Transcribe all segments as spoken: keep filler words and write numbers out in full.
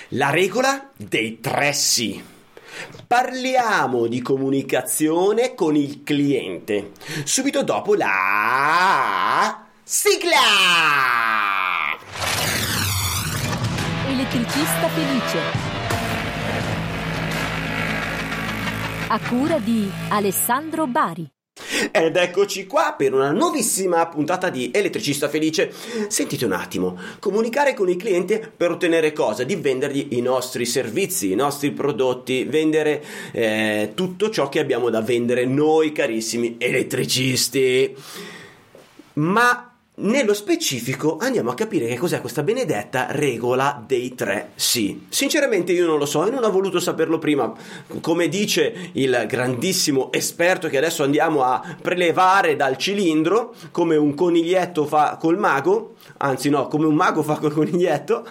La regola dei tre sì. Parliamo di comunicazione con il cliente subito dopo la sigla. Elettricista felice, a cura di Alessandro Bari. Ed eccoci qua per una nuovissima puntata di Elettricista Felice. Sentite un attimo, comunicare con il cliente per ottenere cosa? Di vendergli i nostri servizi, i nostri prodotti, vendere eh, tutto ciò che abbiamo da vendere noi carissimi elettricisti. Ma nello specifico andiamo a capire che cos'è questa benedetta regola dei tre sì. Sinceramente io non lo so e non ho voluto saperlo prima. Come dice il grandissimo esperto che adesso andiamo a prelevare dal cilindro, come un coniglietto fa col mago, anzi no, come un mago fa col coniglietto.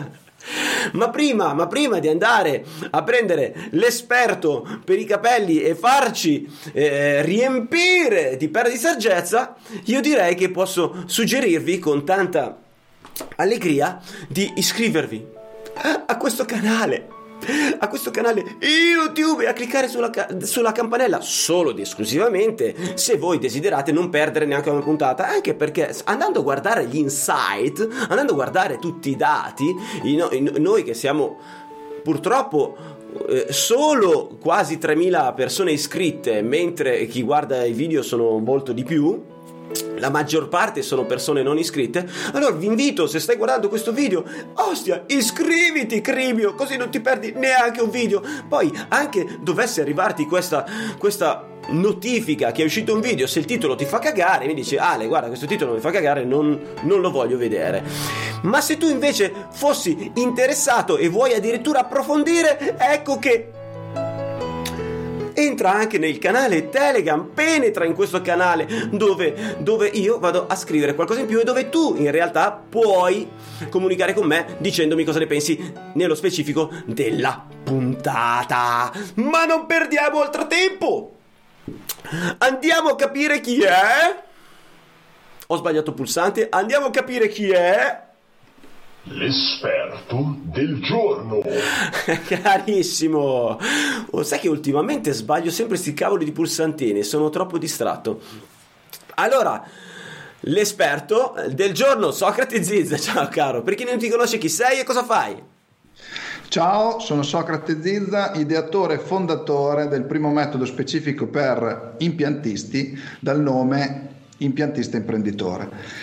Ma prima, ma prima di andare a prendere l'esperto per i capelli e farci eh, riempire di perle di saggezza, io direi che posso suggerirvi con tanta allegria di iscrivervi a questo canale. A questo canale YouTube e a cliccare sulla, sulla campanella solo ed esclusivamente se voi desiderate non perdere neanche una puntata, anche perché andando a guardare gli insight, andando a guardare tutti i dati, i no, i, noi che siamo purtroppo eh, solo quasi tremila persone iscritte, mentre chi guarda i video sono molto di più, la maggior parte sono persone non iscritte. Allora vi invito, se stai guardando questo video, ostia, iscriviti Cribio, così non ti perdi neanche un video. Poi anche dovesse arrivarti questa questa notifica che è uscito un video, se il titolo ti fa cagare, mi dici Ale guarda questo titolo mi fa cagare, non, non lo voglio vedere. Ma se tu invece fossi interessato e vuoi addirittura approfondire, ecco che entra anche nel canale Telegram, penetra in questo canale dove, dove io vado a scrivere qualcosa in più e dove tu in realtà puoi comunicare con me dicendomi cosa ne pensi nello specifico della puntata. Ma non perdiamo altro tempo, andiamo a capire chi è. Ho sbagliato pulsante, andiamo a capire chi è l'esperto del giorno. Carissimo, oh, sai che ultimamente sbaglio sempre sti cavoli di pulsantini, sono troppo distratto. Allora, l'esperto del giorno, Socrate Zizza. Ciao caro, per chi non ti conosce chi sei e cosa fai? Ciao, sono Socrate Zizza, ideatore e fondatore del primo metodo specifico per impiantisti dal nome Impiantista Imprenditore.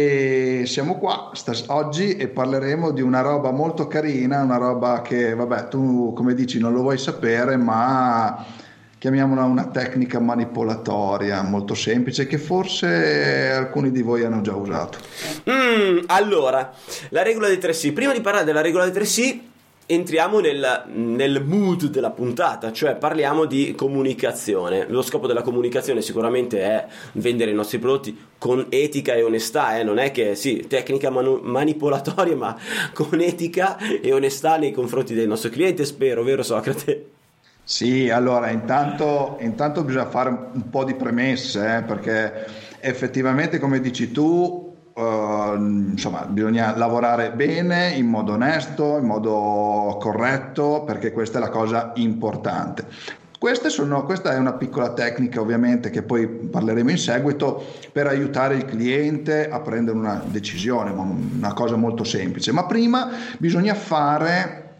E siamo qua stas- oggi e parleremo di una roba molto carina, una roba che vabbè tu come dici non lo vuoi sapere, ma chiamiamola una tecnica manipolatoria molto semplice che forse alcuni di voi hanno già usato. Mm, allora, la regola dei tre sì. Prima di parlare della regola dei tre sì, entriamo nel, nel mood della puntata, cioè parliamo di comunicazione. Lo scopo della comunicazione sicuramente è vendere i nostri prodotti con etica e onestà, eh? Non è che sì, tecnica manu- manipolatoria, ma con etica e onestà nei confronti del nostro cliente, spero, vero Socrate? Sì, allora intanto, intanto bisogna fare un po' di premesse, eh? Perché effettivamente come dici tu, Uh, insomma bisogna lavorare bene, in modo onesto, in modo corretto, perché questa è la cosa importante. Queste sono, questa è una piccola tecnica ovviamente che poi parleremo in seguito per aiutare il cliente a prendere una decisione, una cosa molto semplice, ma prima bisogna fare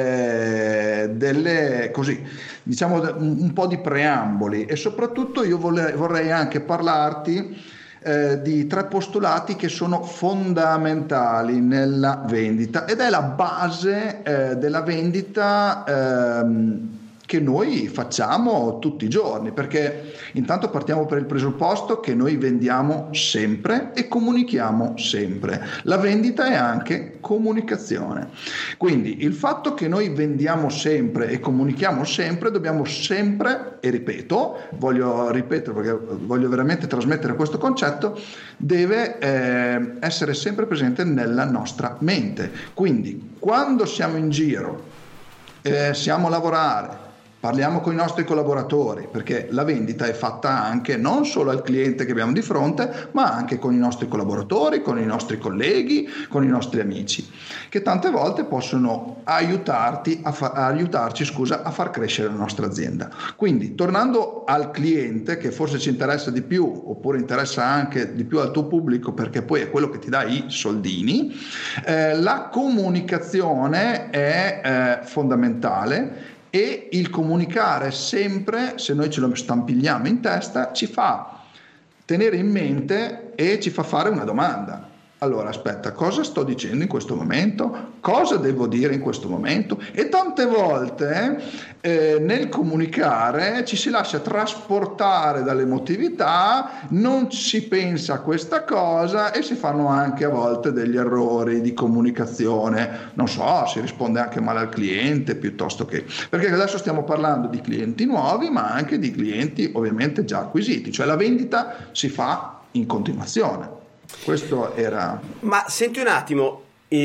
eh, delle così diciamo un, un po' di preamboli e soprattutto io vorrei, vorrei anche parlarti Eh, di tre postulati che sono fondamentali nella vendita ed è la base eh, della vendita ehm, che noi facciamo tutti i giorni, perché intanto partiamo per il presupposto che noi vendiamo sempre e comunichiamo sempre. La vendita è anche comunicazione, quindi il fatto che noi vendiamo sempre e comunichiamo sempre, dobbiamo sempre, e ripeto, voglio ripetere perché voglio veramente trasmettere questo concetto, deve eh, essere sempre presente nella nostra mente. Quindi quando siamo in giro, eh, siamo a lavorare, parliamo con i nostri collaboratori, perché la vendita è fatta anche non solo al cliente che abbiamo di fronte, ma anche con i nostri collaboratori, con i nostri colleghi, con i nostri amici, che tante volte possono aiutarti a fa- aiutarci scusa, a far crescere la nostra azienda. Quindi, tornando al cliente, che forse ci interessa di più, oppure interessa anche di più al tuo pubblico, perché poi è quello che ti dà i soldini, eh, la comunicazione è eh, fondamentale. E il comunicare sempre, se noi ce lo stampigliamo in testa, ci fa tenere in mente e ci fa fare una domanda. Allora, aspetta, cosa sto dicendo in questo momento? Cosa devo dire in questo momento? E tante volte eh, nel comunicare ci si lascia trasportare dall'emotività, non si pensa a questa cosa e si fanno anche a volte degli errori di comunicazione. Non so, si risponde anche male al cliente piuttosto che... Perché adesso stiamo parlando di clienti nuovi, ma anche di clienti ovviamente già acquisiti. Cioè la vendita si fa in continuazione. Questo era... Ma senti un attimo,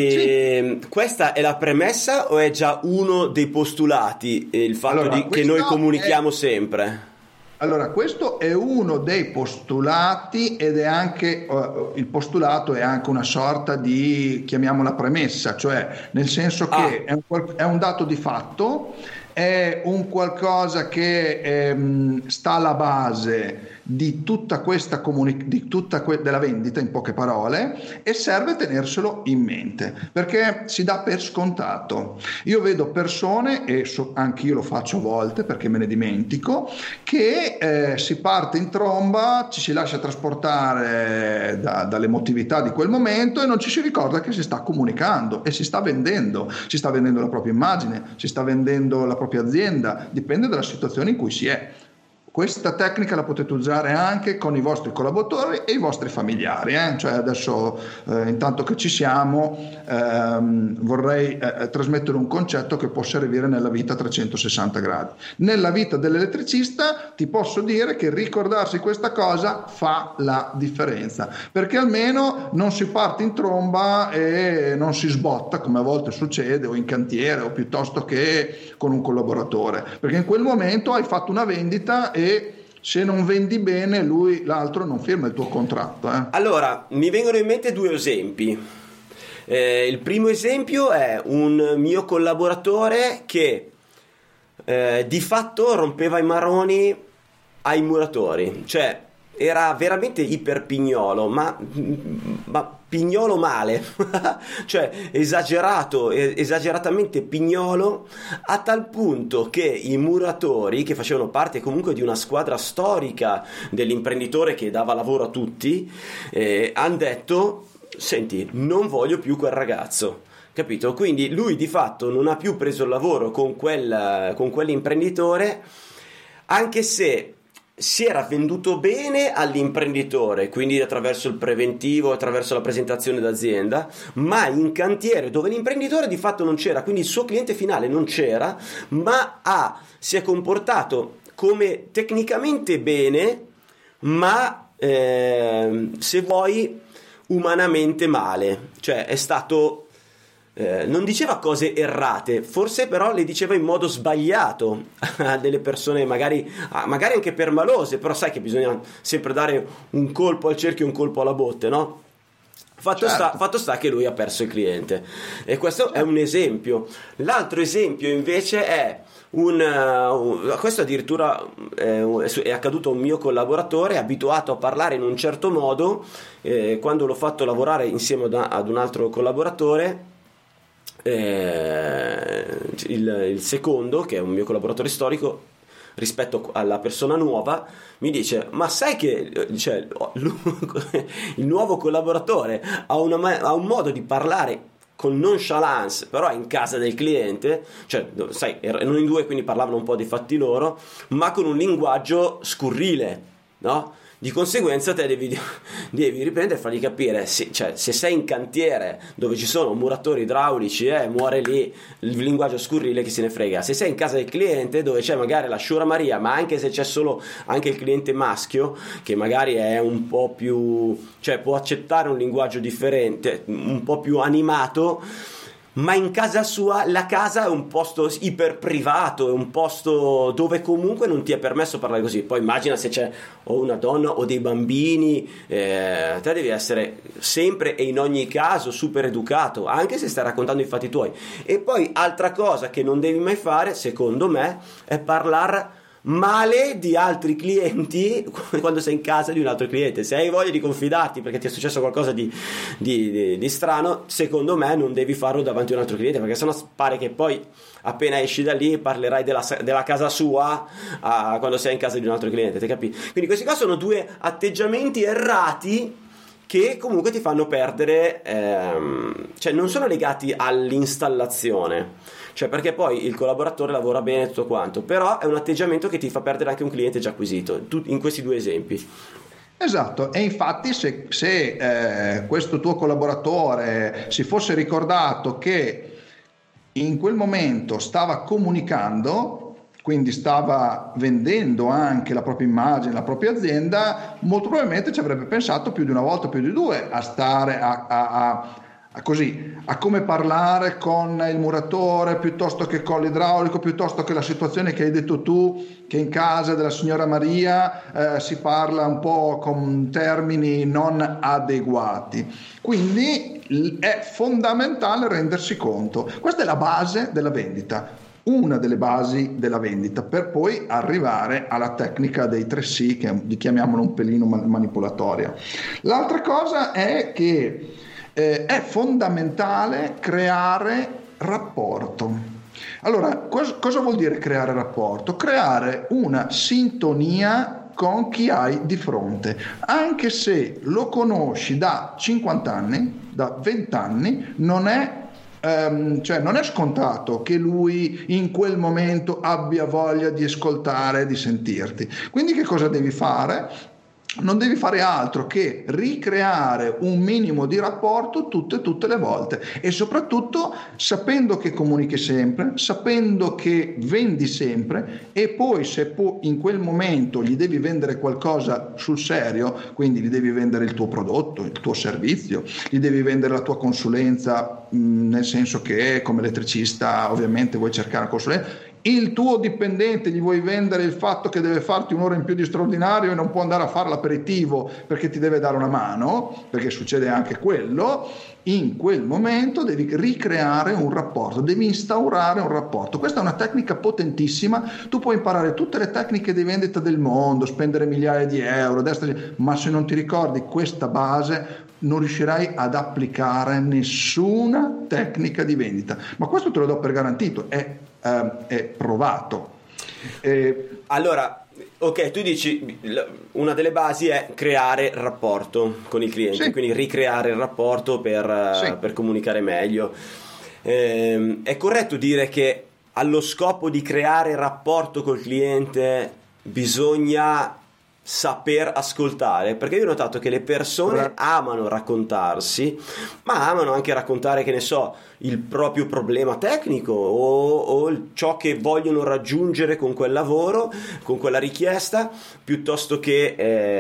eh, sì. Questa è la premessa o è già uno dei postulati, eh, il fatto allora, di, che noi comunichiamo è... sempre? Allora, questo è uno dei postulati ed è anche, uh, il postulato è anche una sorta di, chiamiamola premessa, cioè nel senso che ah. è, un, è un dato di fatto, è un qualcosa che ehm, sta alla base di tutta questa comunic- di tutta que- della vendita, in poche parole, e serve tenerselo in mente perché si dà per scontato. Io vedo persone, e so, anche io lo faccio a volte perché me ne dimentico, che eh, si parte in tromba, ci si lascia trasportare da, dall'emotività di quel momento e non ci si ricorda che si sta comunicando e si sta vendendo, si sta vendendo la propria immagine, si sta vendendo la propria azienda, dipende dalla situazione in cui si è. Questa tecnica la potete usare anche con i vostri collaboratori e i vostri familiari, eh? Cioè adesso eh, intanto che ci siamo ehm, vorrei eh, trasmettere un concetto che può servire nella vita a trecentosessanta gradi. Nella vita dell'elettricista ti posso dire che ricordarsi questa cosa fa la differenza, perché almeno non si parte in tromba e non si sbotta come a volte succede o in cantiere o piuttosto che con un collaboratore, perché in quel momento hai fatto una vendita e se non vendi bene lui, l'altro, non firma il tuo contratto. Eh. Allora, mi vengono in mente due esempi. Eh, il primo esempio è un mio collaboratore che eh, di fatto rompeva i maroni ai muratori, cioè era veramente iperpignolo, ma, ma pignolo male, cioè esagerato, esageratamente pignolo, a tal punto che i muratori, che facevano parte comunque di una squadra storica dell'imprenditore che dava lavoro a tutti, eh, hanno detto: senti, non voglio più quel ragazzo. Capito? Quindi lui di fatto non ha più preso il lavoro con quel, con quell'imprenditore, anche se si era venduto bene all'imprenditore, quindi attraverso il preventivo, attraverso la presentazione d'azienda, ma in cantiere dove l'imprenditore di fatto non c'era, quindi il suo cliente finale non c'era, ma ha, si è comportato come tecnicamente bene, ma eh, se vuoi umanamente male, cioè è stato... Eh, non diceva cose errate, forse però le diceva in modo sbagliato a delle persone magari, magari anche permalose, però sai che bisogna sempre dare un colpo al cerchio e un colpo alla botte, no? Fatto, certo. sta, fatto sta che lui ha perso il cliente e questo è un esempio. L'altro esempio invece è un, uh, questo addirittura è, è accaduto a un mio collaboratore abituato a parlare in un certo modo, eh, quando l'ho fatto lavorare insieme ad, ad un altro collaboratore. Eh, il, il secondo, che è un mio collaboratore storico, rispetto alla persona nuova, mi dice: ma sai che cioè, il nuovo collaboratore ha, una, ha un modo di parlare con nonchalance, però è in casa del cliente, cioè sai, erano in due, quindi parlavano un po' dei fatti loro, ma con un linguaggio scurrile, no? Di conseguenza te devi, devi riprendere e fargli capire, se, cioè, se sei in cantiere dove ci sono muratori idraulici, eh, muore lì il linguaggio scurrile, chi se ne frega. Se sei in casa del cliente dove c'è magari la Sciura Maria, ma anche se c'è solo anche il cliente maschio, che magari è un po' più, cioè può accettare un linguaggio differente, un po' più animato, ma in casa sua la casa è un posto iper privato, è un posto dove comunque non ti è permesso parlare così. Poi immagina se c'è o una donna o dei bambini, eh, te devi essere sempre e in ogni caso super educato, anche se stai raccontando i fatti tuoi. E poi altra cosa che non devi mai fare, secondo me, è parlare male di altri clienti quando sei in casa di un altro cliente. Se hai voglia di confidarti perché ti è successo qualcosa di, di, di, di strano, secondo me non devi farlo davanti a un altro cliente, perché sennò pare che poi appena esci da lì parlerai della, della casa sua a, quando sei in casa di un altro cliente, ti capi? Quindi questi qua sono due atteggiamenti errati che comunque ti fanno perdere, ehm, cioè non sono legati all'installazione, cioè perché poi il collaboratore lavora bene tutto quanto, però è un atteggiamento che ti fa perdere anche un cliente già acquisito, tu, in questi due esempi. Esatto, e infatti se, se eh, questo tuo collaboratore si fosse ricordato che in quel momento stava comunicando, quindi stava vendendo anche la propria immagine, la propria azienda, molto probabilmente ci avrebbe pensato più di una volta, più di due, a stare a, a, a, a così, a come parlare con il muratore piuttosto che con l'idraulico, piuttosto che la situazione che hai detto tu, che in casa della signora Maria eh, si parla un po' con termini non adeguati. Quindi è fondamentale rendersi conto. Questa è la base della vendita, una delle basi della vendita, per poi arrivare alla tecnica dei tre C, che li chiamiamolo un pelino manipolatoria. L'altra cosa è che eh, è fondamentale creare rapporto. Allora, cos- cosa vuol dire creare rapporto? Creare una sintonia con chi hai di fronte, anche se lo conosci da cinquanta anni, da venti anni, non è Um, cioè non è scontato che lui in quel momento abbia voglia di ascoltare, di sentirti. Quindi che cosa devi fare? Non devi fare altro che ricreare un minimo di rapporto tutte tutte le volte, e soprattutto sapendo che comunichi sempre, sapendo che vendi sempre, e poi se pu- in quel momento gli devi vendere qualcosa sul serio, quindi gli devi vendere il tuo prodotto, il tuo servizio, gli devi vendere la tua consulenza, mh, nel senso che come elettricista ovviamente vuoi cercare una consulenza, il tuo dipendente gli vuoi vendere il fatto che deve farti un'ora in più di straordinario e non può andare a fare l'aperitivo perché ti deve dare una mano, perché succede anche quello. In quel momento devi ricreare un rapporto, devi instaurare un rapporto. Questa è una tecnica potentissima. Tu puoi imparare tutte le tecniche di vendita del mondo, spendere migliaia di euro, destra, ma se non ti ricordi questa base non riuscirai ad applicare nessuna tecnica di vendita. Ma questo te lo do per garantito, è, eh, è provato. Eh, allora, ok, tu dici una delle basi è creare rapporto con il cliente, sì. Quindi ricreare il rapporto per, sì. per comunicare meglio. Eh, è corretto dire che allo scopo di creare rapporto col cliente bisogna saper ascoltare? Perché io ho notato che le persone amano raccontarsi, ma amano anche raccontare, che ne so, il proprio problema tecnico o, o ciò che vogliono raggiungere con quel lavoro, con quella richiesta, piuttosto che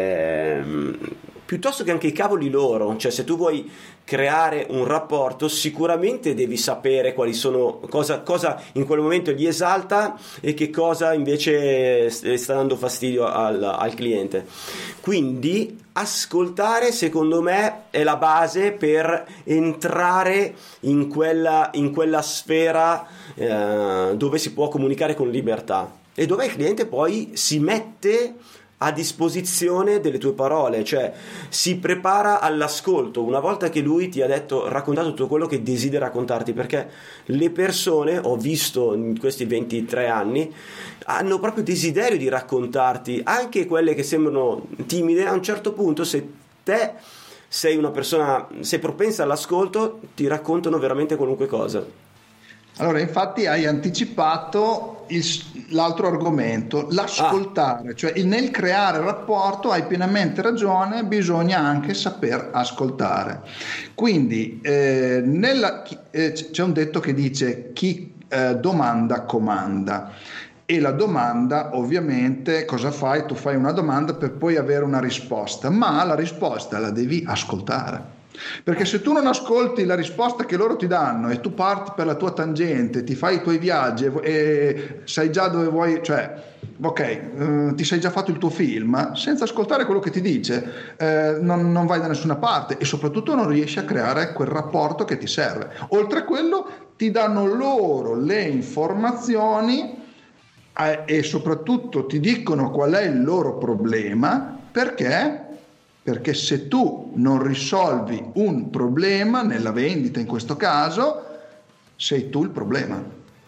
ehm, piuttosto che anche i cavoli loro. Cioè, se tu vuoi creare un rapporto, sicuramente devi sapere quali sono, cosa, cosa in quel momento gli esalta e che cosa invece sta dando fastidio al, al cliente. Quindi ascoltare, secondo me, è la base per entrare in quella, in quella sfera eh, dove si può comunicare con libertà e dove il cliente poi si mette a disposizione delle tue parole, cioè si prepara all'ascolto una volta che lui ti ha detto, raccontato tutto quello che desidera raccontarti, perché le persone, ho visto in questi ventitré anni, hanno proprio desiderio di raccontarti, anche quelle che sembrano timide. A un certo punto, se te sei una persona, sei propensa all'ascolto, ti raccontano veramente qualunque cosa. Allora, infatti hai anticipato il, l'altro argomento, l'ascoltare, ah. Cioè il, nel creare rapporto hai pienamente ragione, bisogna anche saper ascoltare. Quindi eh, nella, eh, c'è un detto che dice chi eh, domanda comanda. E la domanda, ovviamente, cosa fai? Tu fai una domanda per poi avere una risposta, ma la risposta la devi ascoltare. Perché se tu non ascolti la risposta che loro ti danno e tu parti per la tua tangente, ti fai i tuoi viaggi e, e sai già dove vuoi, cioè, ok, eh, ti sei già fatto il tuo film, senza ascoltare quello che ti dice, eh, non, non vai da nessuna parte e soprattutto non riesci a creare quel rapporto che ti serve. Oltre a quello, ti danno loro le informazioni eh, e soprattutto ti dicono qual è il loro problema, perché? Perché se tu non risolvi un problema, nella vendita in questo caso, sei tu il problema.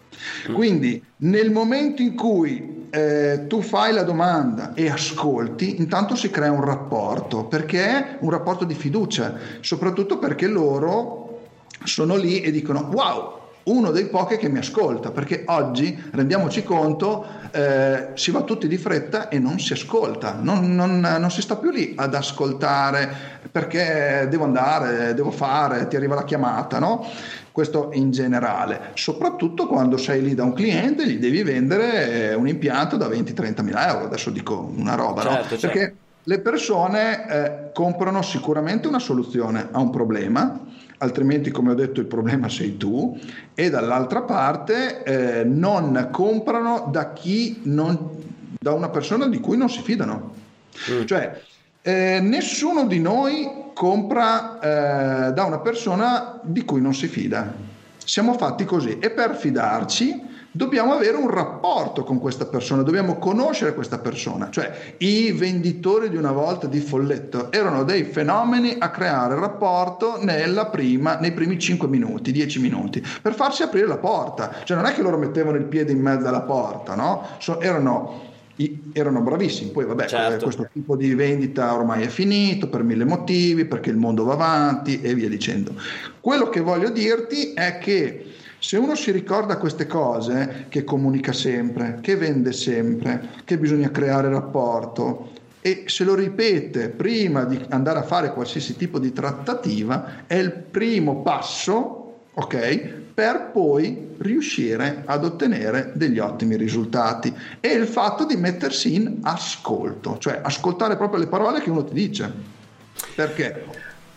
Quindi nel momento in cui eh, tu fai la domanda e ascolti, intanto si crea un rapporto, perché è un rapporto di fiducia, soprattutto perché loro sono lì e dicono wow, uno dei pochi che mi ascolta, perché oggi rendiamoci conto eh, si va tutti di fretta e non si ascolta, non, non, non si sta più lì ad ascoltare perché devo andare, devo fare, ti arriva la chiamata, no? Questo in generale, soprattutto quando sei lì da un cliente, gli devi vendere un impianto da venti trenta mila euro, adesso dico una roba, certo, no? Certo. Perché le persone eh, comprano sicuramente una soluzione a un problema, altrimenti, come ho detto, il problema sei tu, e dall'altra parte eh, non comprano da chi non, da una persona di cui non si fidano. Mm. Cioè eh, nessuno di noi compra eh, da una persona di cui non si fida. Siamo fatti così e per fidarci dobbiamo avere un rapporto con questa persona, dobbiamo conoscere questa persona. Cioè i venditori di una volta di Folletto erano dei fenomeni a creare rapporto nella prima, nei primi cinque minuti, dieci minuti, per farsi aprire la porta. Cioè non è che loro mettevano il piede in mezzo alla porta, no? So, erano, erano bravissimi. Poi vabbè, certo, questo tipo di vendita ormai è finito per mille motivi, perché il mondo va avanti e via dicendo. Quello che voglio dirti è che se uno si ricorda queste cose, che comunica sempre, che vende sempre, che bisogna creare rapporto, e se lo ripete prima di andare a fare qualsiasi tipo di trattativa, è il primo passo, ok, per poi riuscire ad ottenere degli ottimi risultati. E il fatto di mettersi in ascolto, cioè ascoltare proprio le parole che uno ti dice. Perché?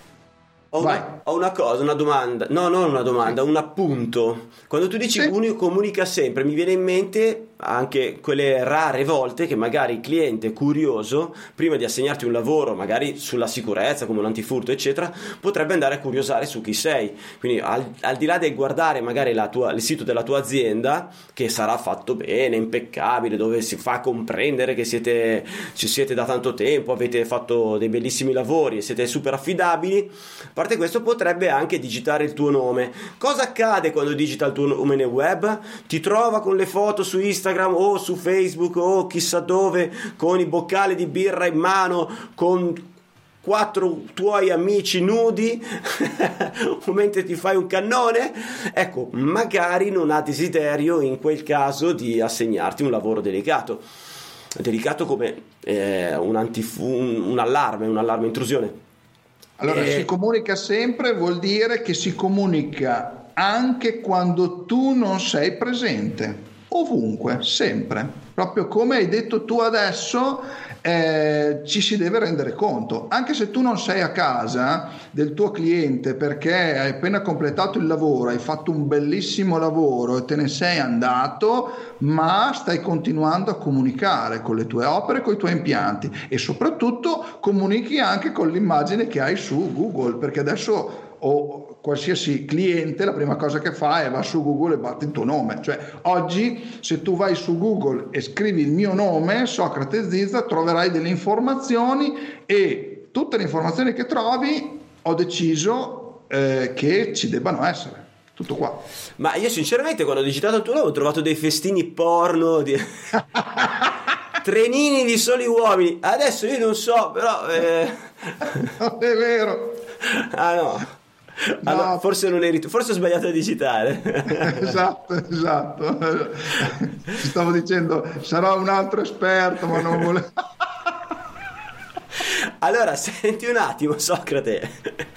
Ho una, ho una cosa, una domanda, no, non una domanda, un appunto. Quando tu dici sì, comunica sempre, mi viene in mente anche quelle rare volte che magari il cliente curioso, prima di assegnarti un lavoro, magari sulla sicurezza, come un antifurto, eccetera, potrebbe andare a curiosare su chi sei. Quindi al, al di là del guardare magari la tua, il sito della tua azienda, che sarà fatto bene, impeccabile, dove si fa comprendere che siete, ci siete da tanto tempo, avete fatto dei bellissimi lavori e siete super affidabili, a parte questo potrebbe anche digitare il tuo nome. Cosa accade quando digita il tuo nome nel web? Ti trova con le foto su Instagram o su Facebook o chissà dove, con i boccali di birra in mano, con quattro tuoi amici nudi mentre ti fai un cannone. Ecco, magari non ha desiderio in quel caso di assegnarti un lavoro delicato delicato come eh, un, antif- un, un allarme un allarme intrusione. Allora, eh... si comunica sempre vuol dire che si comunica anche quando tu non sei presente. Ovunque, sempre, proprio come hai detto tu adesso, eh, ci si deve rendere conto, anche se tu non sei a casa del tuo cliente perché hai appena completato il lavoro, hai fatto un bellissimo lavoro e te ne sei andato, ma stai continuando a comunicare con le tue opere, con i tuoi impianti e soprattutto comunichi anche con l'immagine che hai su Google, perché adesso o qualsiasi cliente la prima cosa che fa è va su Google e batte il tuo nome. Cioè oggi se tu vai su Google e scrivi il mio nome, Socrate Zizza, troverai delle informazioni e tutte le informazioni che trovi ho deciso eh, che ci debbano essere. Tutto qua. Ma io sinceramente quando ho digitato il tuo nome ho trovato dei festini porno di... trenini di soli uomini. Adesso io non so, però eh... non è vero. Ah no. Allora, no, forse non eri tu, forse ho sbagliato a digitare. Esatto, esatto. Ti stavo dicendo, sarò un altro esperto, ma non volevo. Allora, senti un attimo, Socrate.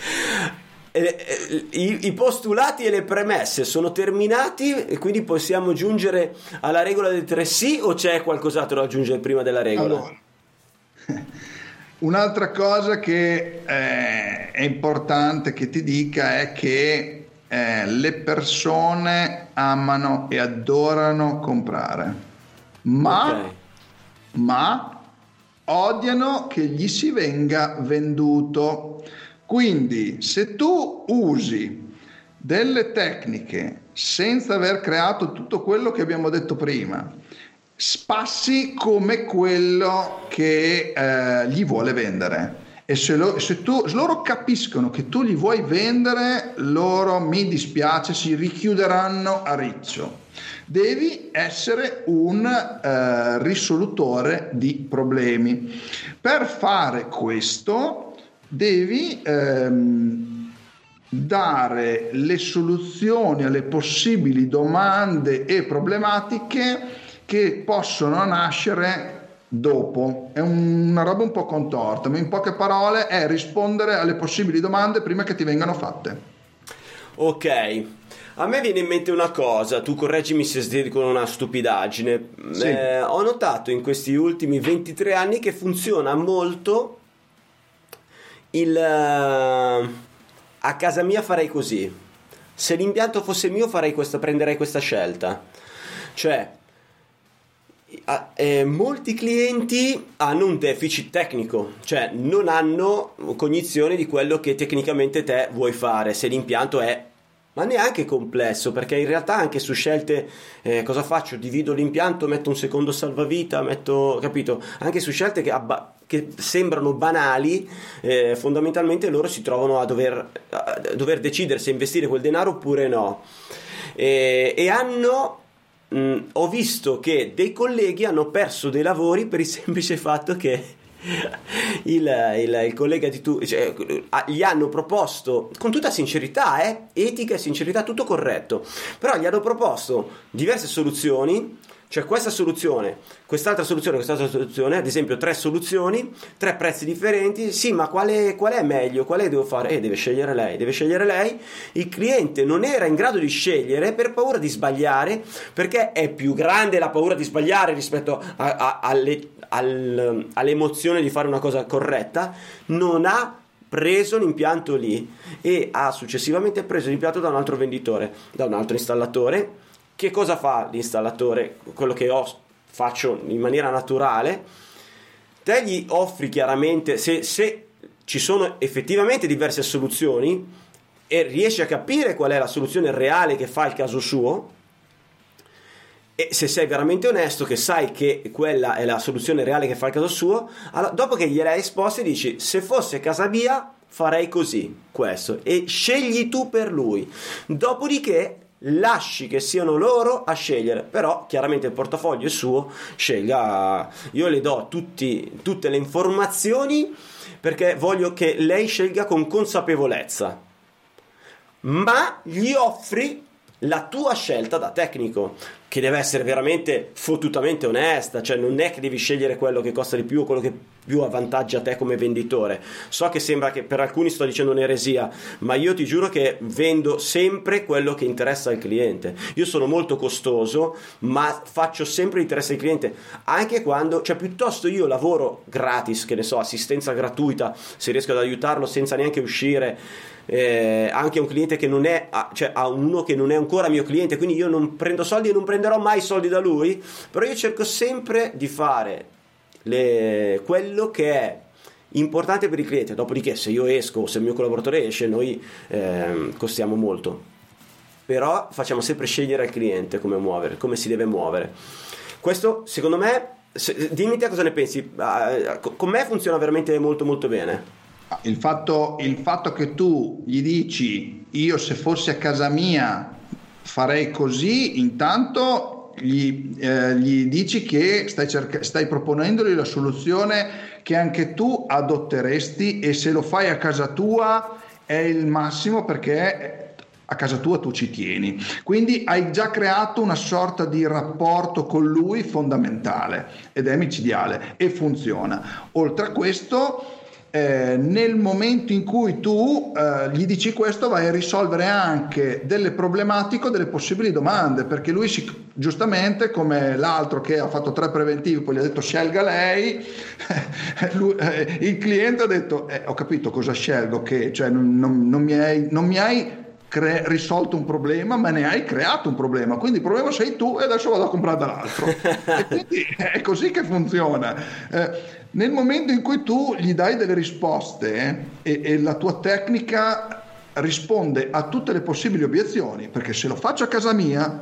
I, I postulati e le premesse sono terminati e quindi possiamo giungere alla regola del tre sì o c'è qualcos'altro da aggiungere prima della regola? Allora. Un'altra cosa che eh, è importante che ti dica è che eh, le persone amano e adorano comprare, ma, Ok. ma odiano che gli si venga venduto. Quindi se tu usi delle tecniche senza aver creato tutto quello che abbiamo detto prima, spassi come quello che eh, gli vuole vendere. E se, lo- se tu, se loro capiscono che tu gli vuoi vendere, loro, mi dispiace, si richiuderanno a riccio. Devi essere un eh, risolutore di problemi. Per fare questo devi ehm, dare le soluzioni alle possibili domande e problematiche che possono nascere dopo. È un- una roba un po' contorta, ma in poche parole è rispondere alle possibili domande prima che ti vengano fatte. Ok, a me viene in mente una cosa, tu correggimi se dico una stupidaggine. Sì. Eh, ho notato in questi ultimi ventitré anni che funziona molto il eh, a casa mia farei così. Se l'impianto fosse mio farei questa, prenderei questa scelta. Cioè, a- eh, molti clienti hanno un deficit tecnico, cioè non hanno cognizione di quello che tecnicamente te vuoi fare, se l'impianto è ma neanche complesso, perché in realtà anche su scelte eh, cosa faccio? Divido l'impianto, metto un secondo salvavita, metto, capito? Anche su scelte che, abba- che sembrano banali, eh, fondamentalmente loro si trovano a dover, a dover decidere se investire quel denaro oppure no. E, e hanno mh, ho visto che dei colleghi hanno perso dei lavori per il semplice fatto che il, il, il collega di tu cioè, gli hanno proposto con tutta sincerità, eh, etica e sincerità, tutto corretto, però gli hanno proposto diverse soluzioni, cioè questa soluzione, quest'altra soluzione, quest'altra soluzione, ad esempio tre soluzioni, tre prezzi differenti. Sì, ma quale, qual è meglio? Quale devo fare? Eh, deve scegliere lei, deve scegliere lei. Il cliente non era in grado di scegliere per paura di sbagliare, perché è più grande la paura di sbagliare rispetto a, a, alle, al, all'emozione di fare una cosa corretta. Non ha preso l'impianto lì e ha successivamente preso l'impianto da un altro venditore, da un altro installatore. Che cosa fa l'installatore? Quello che ho, faccio in maniera naturale. Te gli offri chiaramente, se, se ci sono effettivamente diverse soluzioni e riesci a capire qual è la soluzione reale che fa il caso suo, e se sei veramente onesto che sai che quella è la soluzione reale che fa il caso suo, allora, dopo che gliel'hai esposto dici: se fosse casa mia farei così, questo, e scegli tu per lui. Dopodiché lasci che siano loro a scegliere, però chiaramente il portafoglio è suo, scelga. Io le do tutti, tutte le informazioni perché voglio che lei scelga con consapevolezza, ma gli offri la tua scelta da tecnico, che deve essere veramente fottutamente onesta, cioè non è che devi scegliere quello che costa di più o quello che più avvantaggia te come venditore. So che sembra che per alcuni sto dicendo un'eresia, ma io ti giuro che vendo sempre quello che interessa al cliente. Io sono molto costoso, ma faccio sempre l'interesse al cliente, anche quando, cioè piuttosto io lavoro gratis, che ne so, assistenza gratuita, se riesco ad aiutarlo senza neanche uscire. Eh, anche a un cliente che non è, cioè a uno che non è ancora mio cliente, quindi io non prendo soldi e non prenderò mai soldi da lui, però io cerco sempre di fare le, quello che è importante per il cliente. Dopodiché se io esco o se il mio collaboratore esce, noi eh, costiamo molto, però facciamo sempre scegliere al cliente come muovere, come si deve muovere. Questo secondo me, se, dimmi te cosa ne pensi. Uh, con me funziona veramente molto molto bene. Il fatto, il fatto che tu gli dici: io se fossi a casa mia farei così, intanto gli, eh, gli dici che stai, cerca- stai proponendogli la soluzione che anche tu adotteresti, e se lo fai a casa tua è il massimo, perché a casa tua tu ci tieni, quindi hai già creato una sorta di rapporto con lui fondamentale ed è micidiale e funziona. Oltre a questo, eh, nel momento in cui tu eh, gli dici questo, vai a risolvere anche delle problematiche, delle possibili domande, perché lui si, giustamente, come l'altro che ha fatto tre preventivi, poi gli ha detto scelga lei, lui, eh, il cliente ha detto eh, ho capito cosa scelgo, che cioè non, non, non mi hai, non mi hai cre- risolto un problema, ma ne hai creato un problema, quindi il problema sei tu e adesso vado a comprare dall'altro. E quindi è così che funziona. Eh, nel momento in cui tu gli dai delle risposte e, e la tua tecnica risponde a tutte le possibili obiezioni, perché se lo faccio a casa mia,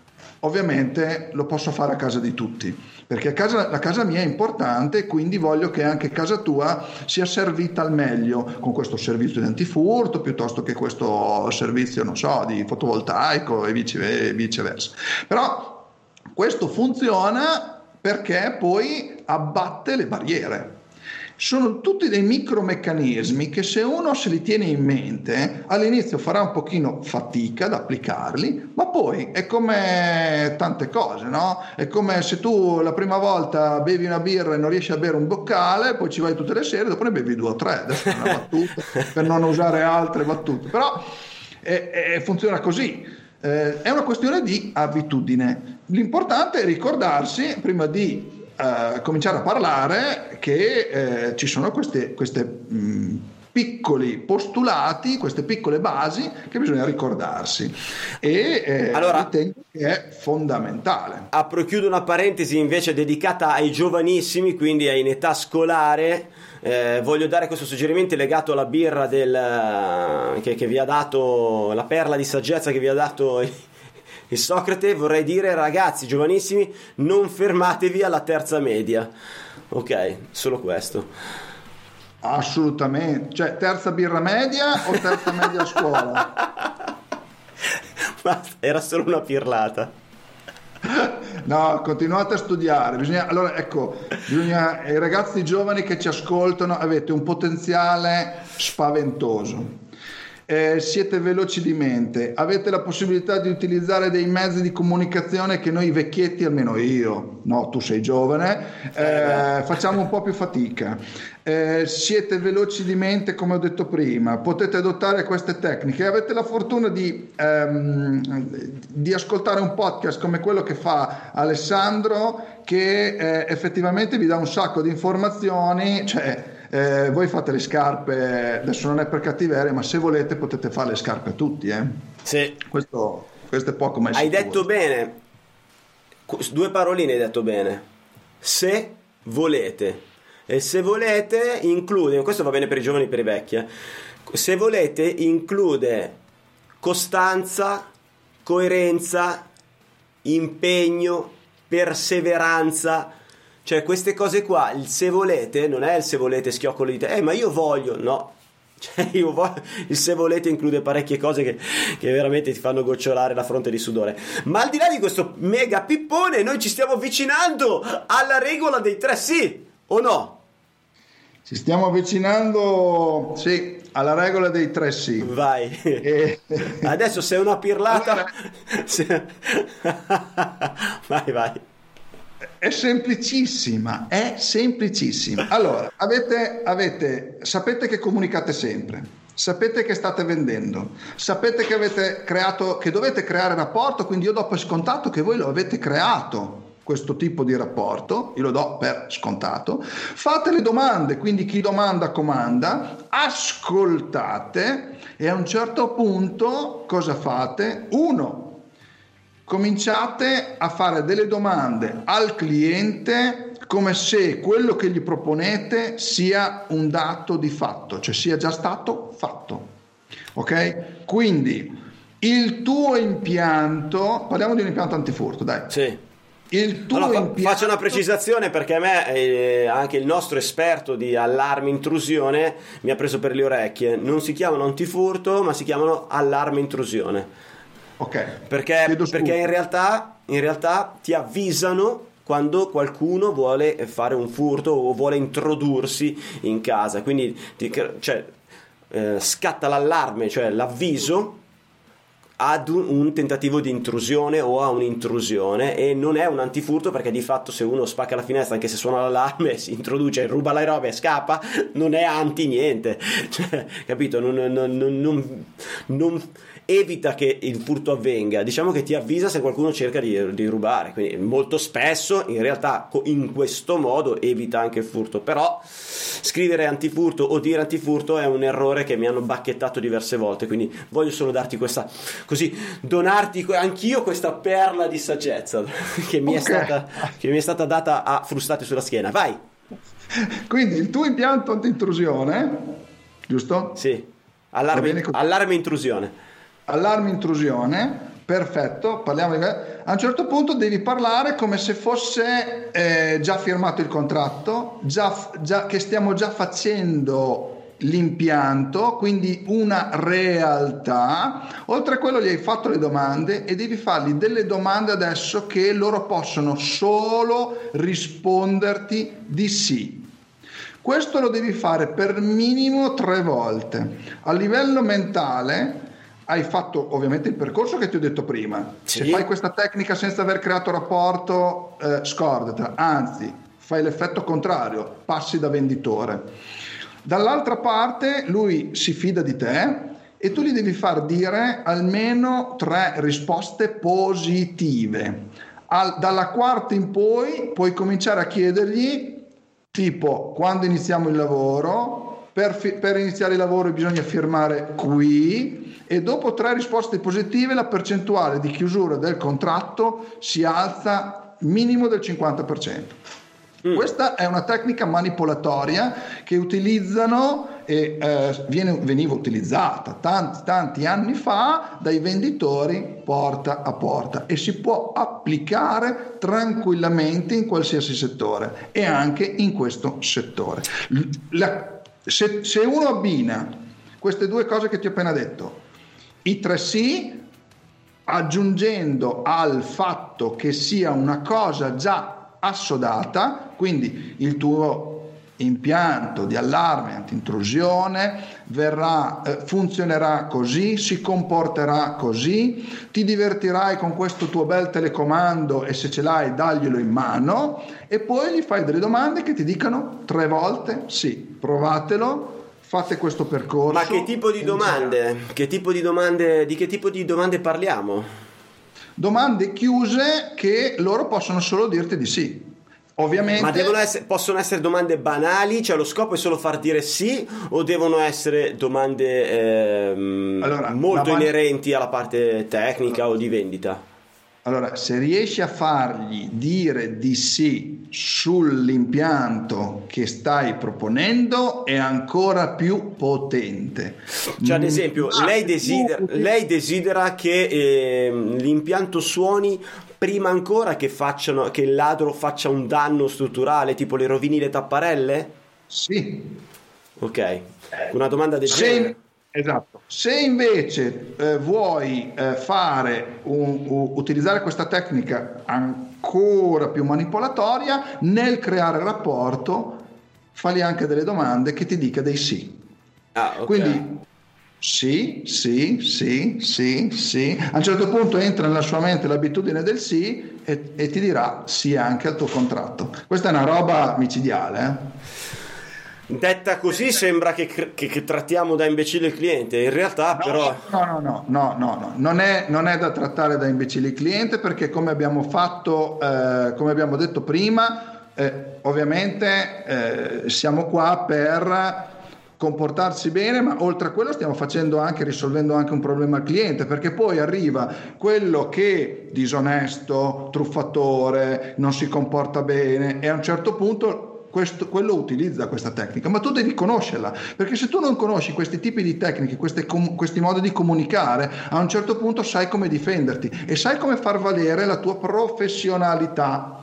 ovviamente lo posso fare a casa di tutti, perché a casa, la casa mia è importante, quindi voglio che anche casa tua sia servita al meglio con questo servizio di antifurto piuttosto che questo servizio, non so, di fotovoltaico e vice, viceversa. Però questo funziona perché poi abbatte le barriere. Sono tutti dei micromeccanismi che se uno se li tiene in mente all'inizio farà un pochino fatica ad applicarli, ma poi è come tante cose, no? È come se tu la prima volta bevi una birra e non riesci a bere un boccale, poi ci vai tutte le sere, dopo ne bevi due o tre. Adesso è una battuta per non usare altre battute, però è, è, funziona così. Eh, è una questione di abitudine. L'importante è ricordarsi prima di Uh, cominciare a parlare che eh, ci sono queste, queste mh, piccoli postulati, queste piccole basi che bisogna ricordarsi e eh, allora, ritengo che è fondamentale. Apro e chiudo una parentesi invece dedicata ai giovanissimi, quindi in età scolare. Eh, voglio dare questo suggerimento legato alla birra del, che, che vi ha dato, la perla di saggezza che vi ha dato il Socrate. Vorrei dire, ragazzi giovanissimi, non fermatevi alla terza media, ok? Solo questo. Assolutamente. Cioè, terza birra media o terza media a scuola? Ma era solo una pirlata. No, continuate a studiare. Bisogna, allora, ecco, bisogna, i ragazzi giovani che ci ascoltano, avete un potenziale spaventoso. Eh, siete veloci di mente, avete la possibilità di utilizzare dei mezzi di comunicazione che noi vecchietti, almeno io, no, tu sei giovane, eh, facciamo un po' più fatica. Eh, siete veloci di mente, come ho detto prima, potete adottare queste tecniche, avete la fortuna di, ehm, di ascoltare un podcast come quello che fa Alessandro, che eh, effettivamente vi dà un sacco di informazioni, cioè Eh, voi fate le scarpe, adesso non è per cattiveria, ma se volete potete fare le scarpe a tutti, eh? Sì. Questo, questo è poco ma è hai sicuro. detto bene, due paroline hai detto bene: se volete. E se volete include, questo va bene per i giovani e per i vecchi, eh? Se volete include costanza, coerenza, impegno, perseveranza. Cioè queste cose qua, il se volete non è il se volete schioccolo di te, eh ma io voglio, no, cioè io voglio, il se volete include parecchie cose che, che veramente ti fanno gocciolare la fronte di sudore. Ma al di là di questo mega pippone, noi ci stiamo avvicinando alla regola dei tre sì, o no? Ci stiamo avvicinando, sì, alla regola dei tre sì. Vai. E... Adesso sei una pirlata. Allora... Se... vai, vai. È semplicissima, è semplicissima. Allora, avete, avete, sapete che comunicate sempre, sapete che state vendendo, sapete che avete creato, che dovete creare rapporto, quindi io do per scontato che voi lo avete creato, questo tipo di rapporto, io lo do per scontato. Fate le domande, quindi chi domanda comanda, ascoltate e a un certo punto cosa fate? Uno, cominciate a fare delle domande al cliente come se quello che gli proponete sia un dato di fatto, cioè sia già stato fatto. Ok? Quindi il tuo impianto, parliamo di un impianto antifurto, dai. Sì. Il tuo allora, impianto... Faccio una precisazione, perché a me eh, anche il nostro esperto di allarme intrusione mi ha preso per le orecchie. Non si chiamano antifurto, ma si chiamano allarme intrusione. Ok, perché, perché in realtà in realtà ti avvisano quando qualcuno vuole fare un furto o vuole introdursi in casa, quindi ti, cioè, eh, scatta l'allarme, cioè l'avviso ad un, un tentativo di intrusione o a un'intrusione, e non è un antifurto perché di fatto se uno spacca la finestra anche se suona l'allarme, si introduce, ruba le robe e scappa, non è anti niente, cioè, capito? Non, non, non, non, non evita che il furto avvenga, diciamo che ti avvisa se qualcuno cerca di, di rubare, quindi molto spesso in realtà in questo modo evita anche il furto. Però scrivere antifurto o dire antifurto è un errore che mi hanno bacchettato diverse volte, quindi voglio solo darti questa, così donarti anch'io questa perla di saggezza che mi, okay. è stata, che mi è stata data a frustate sulla schiena. Vai. Quindi il tuo impianto anti-intrusione, giusto? Sì, allarme, allarme intrusione. Allarme intrusione, perfetto, parliamo di... A un certo punto devi parlare come se fosse eh, già firmato il contratto, già, già, che stiamo già facendo l'impianto, quindi una realtà. Oltre a quello gli hai fatto le domande e devi fargli delle domande adesso che loro possono solo risponderti di sì. Questo lo devi fare per minimo tre volte. A livello mentale hai fatto ovviamente il percorso che ti ho detto prima. Sì. Se fai questa tecnica senza aver creato rapporto, eh, scordatela, anzi fai l'effetto contrario, passi da venditore. Dall'altra parte lui si fida di te e tu gli devi far dire almeno tre risposte positive. Al, dalla quarta in poi puoi cominciare a chiedergli tipo: quando iniziamo il lavoro? Per, fi- per iniziare il lavoro bisogna firmare qui. E dopo tre risposte positive la percentuale di chiusura del contratto si alza minimo del cinquanta per cento. Mm. Questa è una tecnica manipolatoria che utilizzano e eh, viene, veniva utilizzata tanti tanti anni fa dai venditori porta a porta e si può applicare tranquillamente in qualsiasi settore e anche in questo settore. La, se, se uno abbina queste due cose che ti ho appena detto, i tre sì, aggiungendo al fatto che sia una cosa già assodata, quindi il tuo impianto di allarme anti-intrusione verrà, eh, funzionerà così, si comporterà così, ti divertirai con questo tuo bel telecomando e se ce l'hai daglielo in mano e poi gli fai delle domande che ti dicano tre volte sì, provatelo. Fate questo percorso. Ma che tipo di domande? Che tipo di domande? Di che tipo di domande parliamo? Domande chiuse che loro possono solo dirti di sì. Ovviamente. Ma devono essere, possono essere domande banali? Cioè lo scopo è solo far dire sì? O devono essere domande ehm, allora, molto man- inerenti alla parte tecnica allora. o di vendita? Allora, se riesci a fargli dire di sì sull'impianto che stai proponendo è ancora più potente. Cioè, ad esempio, mm. lei, desidera, lei desidera che eh, l'impianto suoni prima ancora che, facciano, che il ladro faccia un danno strutturale, tipo le rovini, le tapparelle? Sì. Ok, una domanda del se, genere. Esatto. Se invece eh, vuoi eh, fare un, un, utilizzare questa tecnica ancora più manipolatoria, nel creare rapporto, fagli anche delle domande che ti dica dei sì. Ah, okay. Quindi sì, sì, sì, sì, sì. A un certo punto entra nella sua mente l'abitudine del sì e, e ti dirà sì anche al tuo contratto. Questa è una roba micidiale, eh? Detta così sembra che, che, che trattiamo da imbecille il cliente, in realtà no, però... No, no, no, no, no, no. Non è, non è da trattare da imbecille il cliente perché come abbiamo fatto, eh, come abbiamo detto prima, eh, ovviamente eh, siamo qua per comportarsi bene, ma oltre a quello stiamo facendo anche, risolvendo anche un problema al cliente, perché poi arriva quello che disonesto, truffatore, non si comporta bene e a un certo punto Questo, quello utilizza questa tecnica, ma tu devi conoscerla, perché se tu non conosci questi tipi di tecniche, queste, com, questi modi di comunicare, a un certo punto sai come difenderti e sai come far valere la tua professionalità.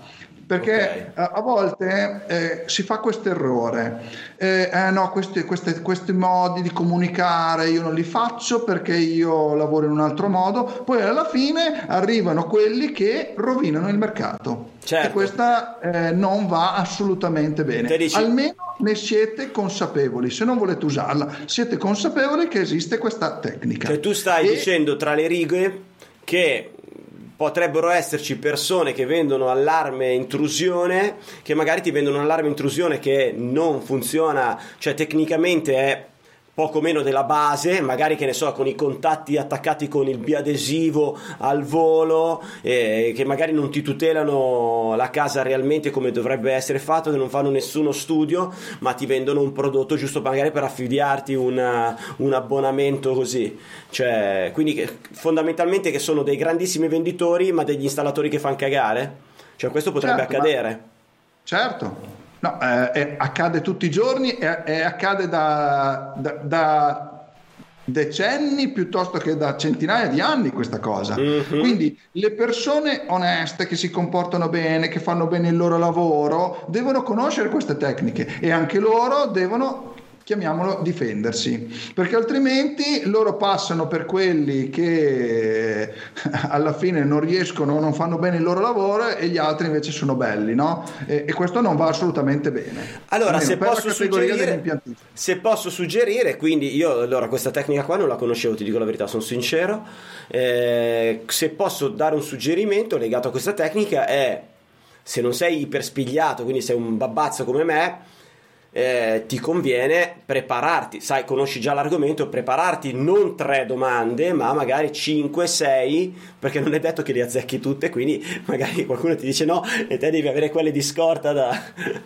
perché Okay. a, a volte eh, si fa questo errore, eh, eh, no, questi, queste- questi modi di comunicare io non li faccio perché io lavoro in un altro modo, poi alla fine arrivano quelli che rovinano il mercato. Certo. E questa eh, non va assolutamente bene. Te dici- Almeno ne siete consapevoli. Se non volete usarla, siete consapevoli che esiste questa tecnica. Cioè tu stai E- dicendo tra le righe che potrebbero esserci persone che vendono allarme intrusione, che magari ti vendono un allarme intrusione che non funziona, cioè tecnicamente è poco meno della base, magari che ne so, con i contatti attaccati con il biadesivo al volo, eh, che magari non ti tutelano la casa realmente come dovrebbe essere fatto, che non fanno nessuno studio, ma ti vendono un prodotto giusto magari per affiliarti una- un abbonamento così. Cioè, quindi che- fondamentalmente che sono dei grandissimi venditori, ma degli installatori che fanno cagare. Cioè, questo potrebbe Certo, ma- accadere. Certo, no, eh, è- accade tutti i giorni e, e accade da, da- da decenni piuttosto che da centinaia di anni questa cosa. Mhm. Quindi le persone oneste che si comportano bene, che fanno bene il loro lavoro, devono conoscere queste tecniche e anche loro devono, chiamiamolo, difendersi, perché altrimenti loro passano per quelli che alla fine non riescono, non fanno bene il loro lavoro e gli altri invece sono belli, no? E, e questo non va assolutamente bene. Allora, Almeno se per la posso, categoria degli suggerire, impiantisti. se posso suggerire, quindi io allora questa tecnica qua non la conoscevo, ti dico la verità, sono sincero. Eh, se posso dare un suggerimento legato a questa tecnica è, se non sei iperspigliato, quindi sei un babbazzo come me, eh, ti conviene prepararti, sai, conosci già l'argomento, prepararti non tre domande, ma magari cinque, sei, perché non è detto che le azzecchi tutte, quindi magari qualcuno ti dice no e te devi avere quelle di scorta da...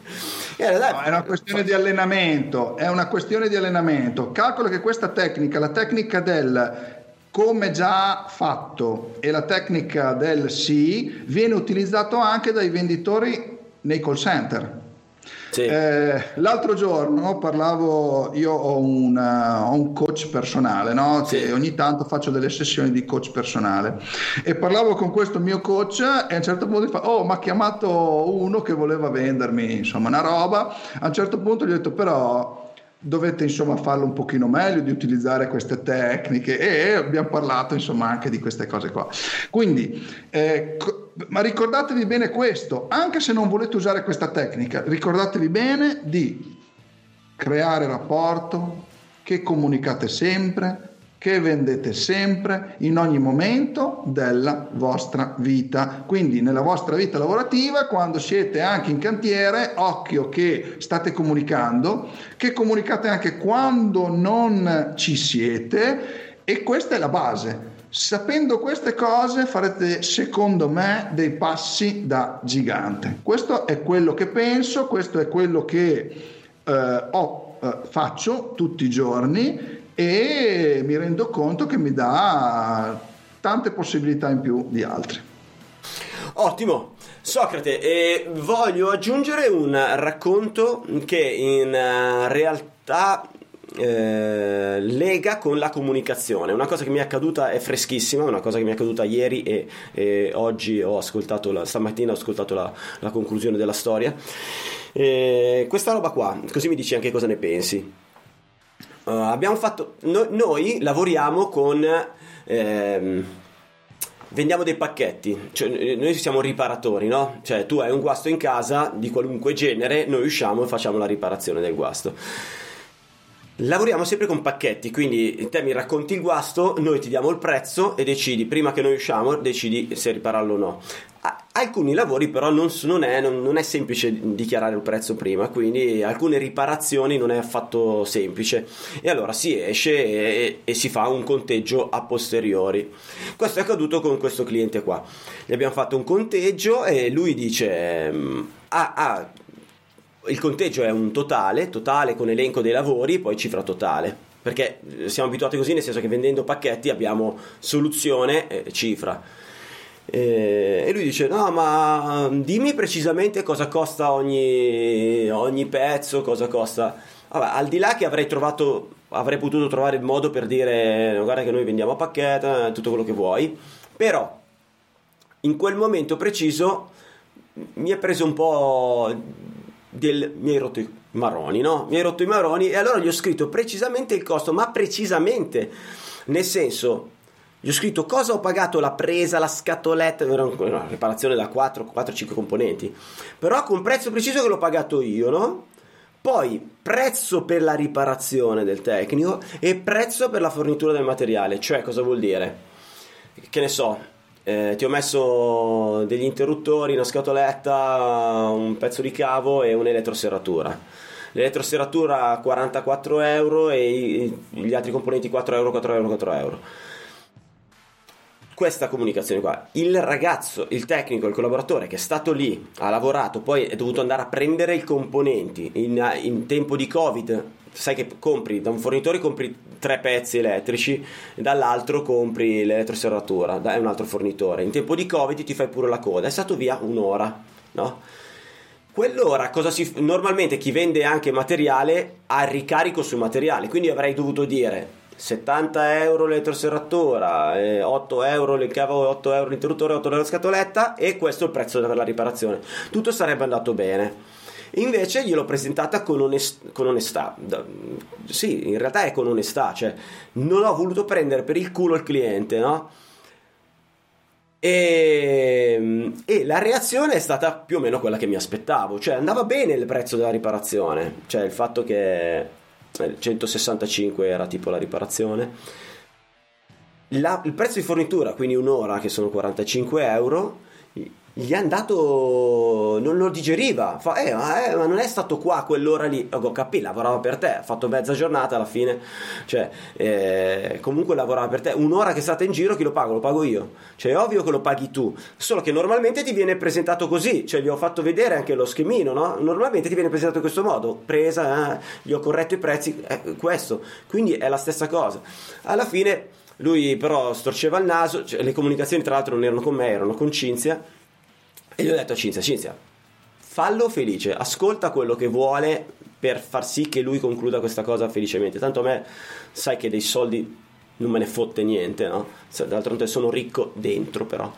E allora, dai, No, è una questione di allenamento, è una questione di allenamento. Calcolo che questa tecnica, la tecnica del come già fatto e la tecnica del sì, viene utilizzato anche dai venditori nei call center. sì. Eh, l'altro giorno parlavo, io ho un, uh, ho un coach personale, no? Sì. Che ogni tanto faccio delle sessioni di coach personale e parlavo con questo mio coach e a un certo punto mi fa, oh, mi ha chiamato uno che voleva vendermi insomma una roba. A un certo punto gli ho detto però dovete insomma farlo un pochino meglio di utilizzare queste tecniche e abbiamo parlato insomma anche di queste cose qua. Quindi eh, co- ma ricordatevi bene questo, anche se non volete usare questa tecnica, ricordatevi bene di creare rapporto, che comunicate sempre, che vendete sempre in ogni momento della vostra vita. Quindi nella vostra vita lavorativa, quando siete anche in cantiere, occhio che state comunicando, che comunicate anche quando non ci siete, e questa è la base. Sapendo queste cose farete, secondo me, dei passi da gigante. Questo è quello che penso, questo è quello che eh, ho, eh, faccio tutti i giorni e mi rendo conto che mi dà tante possibilità in più di altri. Ottimo. Socrate, e voglio aggiungere un racconto che in eh, realtà eh, lega con la comunicazione. Una cosa che mi è accaduta, è freschissima, una cosa che mi è accaduta ieri e, e oggi ho ascoltato la, stamattina ho ascoltato la, la conclusione della storia. E questa roba qua, così mi dici anche cosa ne pensi. Uh, abbiamo fatto no, noi lavoriamo con ehm, vendiamo dei pacchetti, cioè, noi siamo riparatori, no? Cioè tu hai un guasto in casa di qualunque genere, noi usciamo e facciamo la riparazione del guasto. Lavoriamo sempre con pacchetti, quindi te mi racconti il guasto, noi ti diamo il prezzo e decidi, prima che noi usciamo, decidi se ripararlo o no. A- alcuni lavori però non, s- non, è, non, non è semplice dichiarare il prezzo prima, quindi alcune riparazioni non è affatto semplice e allora si esce e, e si fa un conteggio a posteriori. Questo è accaduto con questo cliente qua. Gli abbiamo fatto un conteggio e lui dice ehm, ah, ah il conteggio è un totale, totale con elenco dei lavori, poi cifra totale, perché siamo abituati così, nel senso che vendendo pacchetti abbiamo soluzione e cifra. E lui dice no, ma dimmi precisamente cosa costa ogni, ogni pezzo, cosa costa. Vabbè, al di là che avrei trovato, avrei potuto trovare il modo per dire guarda che noi vendiamo a pacchetto, tutto quello che vuoi, però in quel momento preciso mi è preso un po' del, mi hai rotto i maroni, no? Mi hai rotto i maroni, e allora gli ho scritto precisamente il costo, ma precisamente, nel senso, gli ho scritto cosa ho pagato, la presa, la scatoletta, era una riparazione da quattro cinque componenti, però con un prezzo preciso che l'ho pagato io, no? Poi prezzo per la riparazione del tecnico e prezzo per la fornitura del materiale. Cioè, cosa vuol dire? Che ne so, eh, ti ho messo degli interruttori, una scatoletta, un pezzo di cavo e un'elettroserratura. L'elettroserratura quarantaquattro euro e gli altri componenti quattro euro, quattro euro, quattro euro. Questa comunicazione qua, il ragazzo, il tecnico, il collaboratore che è stato lì, ha lavorato, poi è dovuto andare a prendere i componenti in, in tempo di Covid. Sai che compri da un fornitore, compri tre pezzi elettrici, dall'altro compri l'elettroserratura da un altro fornitore. In tempo di Covid ti fai pure la coda, è stato via un'ora, no? Quell'ora cosa si, normalmente chi vende anche materiale ha il ricarico sul materiale, quindi avrei dovuto dire settanta euro l'elettroserratura, eh, otto euro il cavo, otto euro l'interruttore, otto euro la scatoletta, e questo è il prezzo per la riparazione. Tutto sarebbe andato bene. Invece gliel'ho presentata con, onest- con onestà. Da, sì, in realtà è con onestà, cioè non ho voluto prendere per il culo il cliente, no? E, e la reazione è stata più o meno quella che mi aspettavo, cioè andava bene il prezzo della riparazione, cioè il fatto che centosessantacinque era tipo la riparazione, la, il prezzo di fornitura, quindi un'ora che sono quarantacinque euro, gli è andato, non lo digeriva, fa eh ma, eh, ma non è stato qua quell'ora lì, ho capito, lavorava per te, ha fatto mezza giornata alla fine, cioè eh, comunque lavorava per te, un'ora che è stata in giro, chi lo pago? Lo pago io, cioè è ovvio che lo paghi tu, solo che normalmente ti viene presentato così, cioè gli ho fatto vedere anche lo schemino, no? Normalmente ti viene presentato in questo modo, presa, eh, gli ho corretto i prezzi, eh, questo, quindi è la stessa cosa. Alla fine lui però storceva il naso, cioè, le comunicazioni tra l'altro non erano con me, erano con Cinzia. E gli ho detto a Cinzia, Cinzia, fallo felice, ascolta quello che vuole per far sì che lui concluda questa cosa felicemente. Tanto a me, sai che dei soldi non me ne fotte niente, no? D'altronde sono ricco dentro, però.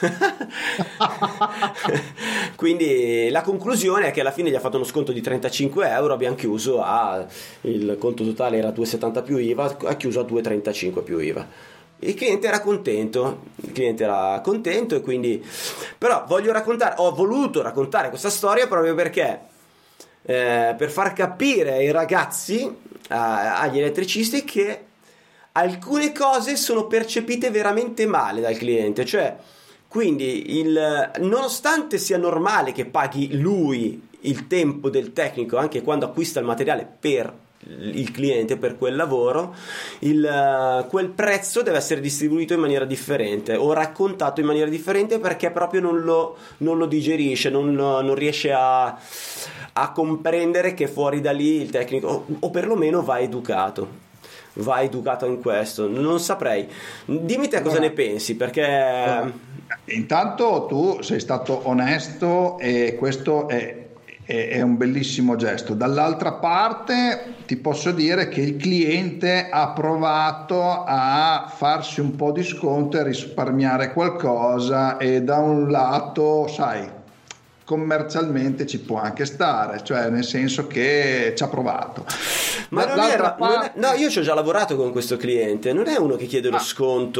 Quindi la conclusione è che alla fine gli ha fatto uno sconto di trentacinque euro, abbiamo chiuso a... il conto totale era due virgola settanta più I V A, ha chiuso a due virgola trentacinque più I V A. Il cliente era contento, il cliente era contento e quindi, però voglio raccontare, ho voluto raccontare questa storia proprio perché eh, per far capire ai ragazzi, a, agli elettricisti, che alcune cose sono percepite veramente male dal cliente, cioè quindi il, nonostante sia normale che paghi lui il tempo del tecnico anche quando acquista il materiale per il cliente, per quel lavoro, il, quel prezzo deve essere distribuito in maniera differente o raccontato in maniera differente, perché proprio non lo, non lo digerisce, non, non riesce a, a comprendere che fuori da lì il tecnico, o, o perlomeno va educato va educato in questo. Non saprei, dimmi te cosa allora, ne pensi, perché allora, intanto tu sei stato onesto e questo è è un bellissimo gesto. Dall'altra parte ti posso dire che il cliente ha provato a farsi un po' di sconto e risparmiare qualcosa, e da un lato, sai, commercialmente ci può anche stare, cioè nel senso che ci ha provato. Ma non era, parte... non è, no, io ci ho già lavorato con questo cliente, non è uno che chiede lo ah. sconto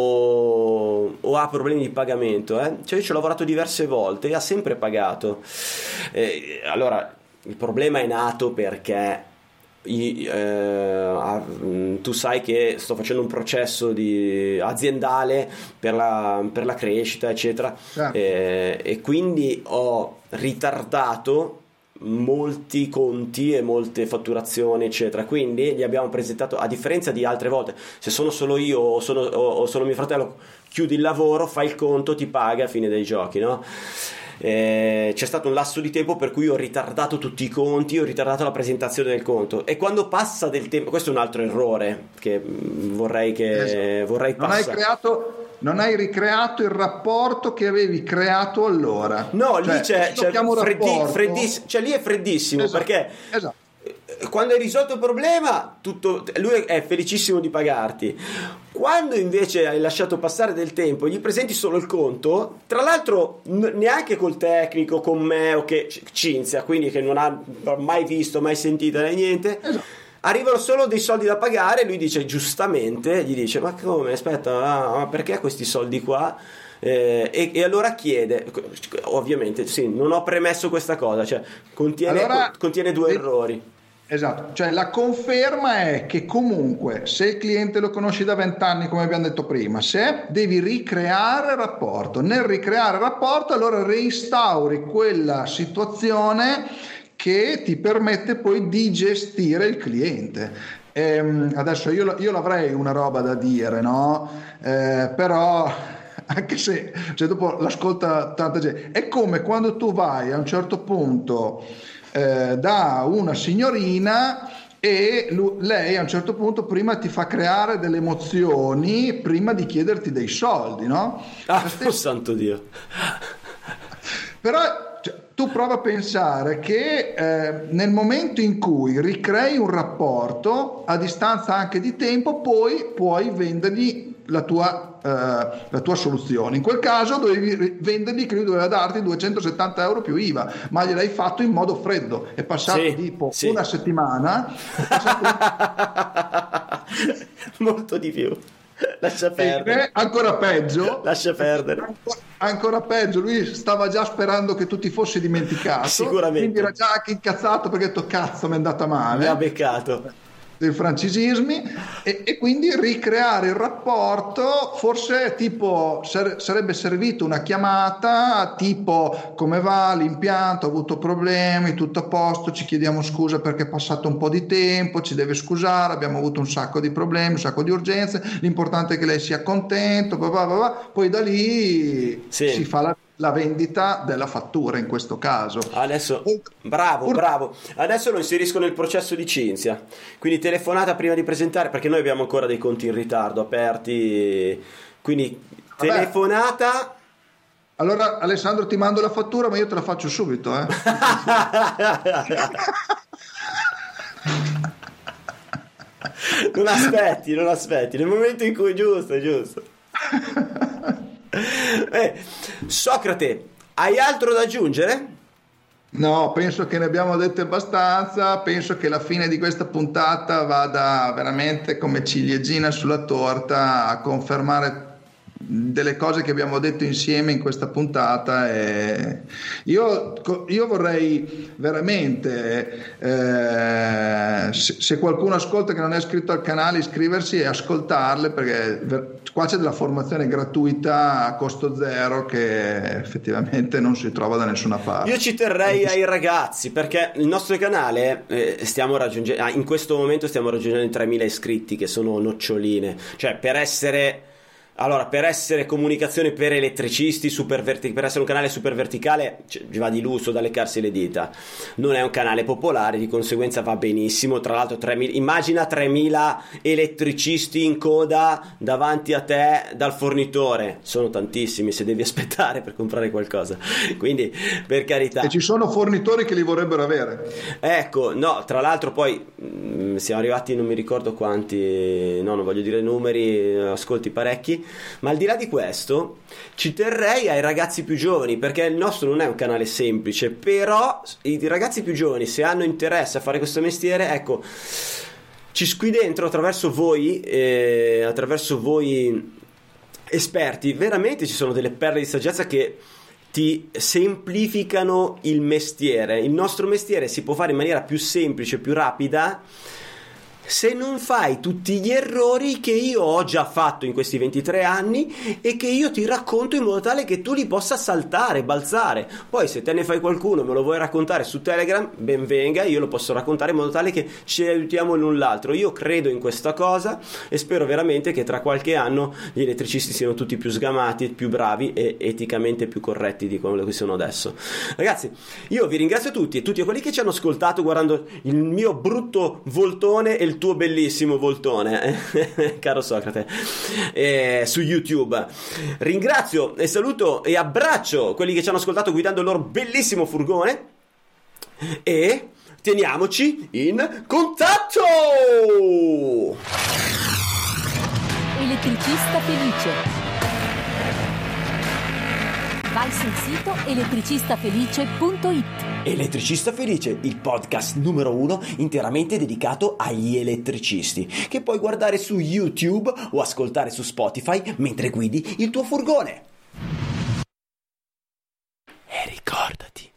o, o ha problemi di pagamento, eh? Cioè io ci ho lavorato diverse volte e ha sempre pagato. Eh, allora, il problema è nato perché io, eh, tu sai che sto facendo un processo di aziendale per la, per la crescita, eccetera, certo. eh, e quindi ho ritardato molti conti e molte fatturazioni, eccetera. Quindi gli abbiamo presentato, a differenza di altre volte, se sono solo io o sono, o, o sono mio fratello, chiudi il lavoro, fai il conto, ti paga a fine dei giochi, no? Eh, c'è stato un lasso di tempo per cui ho ritardato tutti i conti, ho ritardato la presentazione del conto, e quando passa del tempo, questo è un altro errore che vorrei che esatto. vorrei non hai creato non hai ricreato il rapporto che avevi creato allora. No, lì cioè, c'è, c'è, freddi, freddis, cioè lì è freddissimo, esatto. perché esatto. quando hai risolto il problema tutto, lui è felicissimo di pagarti. Quando invece hai lasciato passare del tempo, gli presenti solo il conto, tra l'altro n- neanche col tecnico, con me o che Cinzia, quindi che non ha mai visto, mai sentito né niente, arrivano solo dei soldi da pagare e lui dice, giustamente, gli dice, ma come, aspetta, ah, ma perché questi soldi qua? Eh, e, e allora chiede, ovviamente sì, non ho premesso questa cosa, cioè contiene, allora, co- contiene due eh, errori. Esatto, cioè la conferma è che comunque se il cliente lo conosci da vent'anni, come abbiamo detto prima, se devi ricreare il rapporto, nel ricreare il rapporto allora reinstauri quella situazione che ti permette poi di gestire il cliente. Ehm, adesso io, io l'avrei una roba da dire, no? Eh, però anche se cioè dopo l'ascolta tanta gente, è come quando tu vai a un certo punto eh, da una signorina e lui, lei a un certo punto prima ti fa creare delle emozioni prima di chiederti dei soldi, no? Ah, stessa... oh santo Dio. Però cioè, tu prova a pensare che eh, nel momento in cui ricrei un rapporto a distanza anche di tempo, poi puoi vendergli la tua, eh, la tua soluzione. In quel caso dovevi vendergli che lui doveva darti duecentosettanta euro più I V A, ma gliel'hai fatto in modo freddo. È passato sì, tipo sì. una settimana. È passato... molto di più. Lascia perdere. Ancora peggio. Lascia perdere. Ancora, ancora peggio, lui stava già sperando che tu ti fossi dimenticato. Sicuramente. Quindi era già anche incazzato perché ha detto cazzo mi è andata male. Mi ha beccato. Dei francisismi e, e quindi ricreare il rapporto, forse tipo ser- sarebbe servito una chiamata tipo come va l'impianto, ho avuto problemi, tutto a posto, ci chiediamo scusa perché è passato un po' di tempo, ci deve scusare, abbiamo avuto un sacco di problemi, un sacco di urgenze, l'importante è che lei sia contento, blah blah blah. Poi da lì sì. si fa la la vendita della fattura in questo caso. Adesso bravo bravo adesso lo inserisco nel processo di Cinzia, quindi telefonata prima di presentare, perché noi abbiamo ancora dei conti in ritardo aperti, quindi telefonata. Vabbè. Allora Alessandro ti mando la fattura, ma io te la faccio subito eh. non aspetti non aspetti nel momento in cui è giusto è giusto. Eh, Socrate, hai altro da aggiungere? No, penso che ne abbiamo dette abbastanza, penso che la fine di questa puntata vada veramente come ciliegina sulla torta a confermare delle cose che abbiamo detto insieme in questa puntata e io, io vorrei veramente eh, se, se qualcuno ascolta che non è iscritto al canale iscriversi e ascoltarle, perché qua c'è della formazione gratuita a costo zero che effettivamente non si trova da nessuna parte. Io ci terrei ai ragazzi, perché il nostro canale eh, stiamo raggiungendo in questo momento stiamo raggiungendo i tremila iscritti, che sono noccioline, cioè per essere Allora, per essere comunicazione per elettricisti, super verti- per essere un canale super verticale, cioè, va di lusso da leccarsi le dita. Non è un canale popolare, di conseguenza va benissimo. Tra l'altro, tremila, immagina tremila elettricisti in coda davanti a te dal fornitore. Sono tantissimi se devi aspettare per comprare qualcosa. Quindi, per carità. E ci sono fornitori che li vorrebbero avere. Ecco, no, tra l'altro poi mh, siamo arrivati, non mi ricordo quanti, no, non voglio dire numeri, ascolti parecchi. Ma al di là di questo ci terrei ai ragazzi più giovani, perché il nostro non è un canale semplice, però i ragazzi più giovani, se hanno interesse a fare questo mestiere, ecco, ci qui dentro attraverso voi eh, attraverso voi esperti veramente ci sono delle perle di saggezza che ti semplificano il mestiere. Il nostro mestiere si può fare in maniera più semplice, più rapida, se non fai tutti gli errori che io ho già fatto in questi ventitré anni e che io ti racconto in modo tale che tu li possa saltare, balzare. Poi se te ne fai qualcuno e me lo vuoi raccontare su Telegram, ben venga, io lo posso raccontare in modo tale che ci aiutiamo l'un l'altro. Io credo in questa cosa e spero veramente che tra qualche anno gli elettricisti siano tutti più sgamati, più bravi e eticamente più corretti di quello che sono adesso. Ragazzi, io vi ringrazio tutti e tutti quelli che ci hanno ascoltato guardando il mio brutto voltone e il tuo bellissimo voltone, eh? Caro Socrate, eh, su YouTube. Ringrazio e saluto e abbraccio quelli che ci hanno ascoltato guidando il loro bellissimo furgone e teniamoci in contatto! Elettricista felice. Vai sul sito elettricistafelice punto it. Elettricista Felice, il podcast numero uno interamente dedicato agli elettricisti, che puoi guardare su YouTube o ascoltare su Spotify mentre guidi il tuo furgone. E ricordati,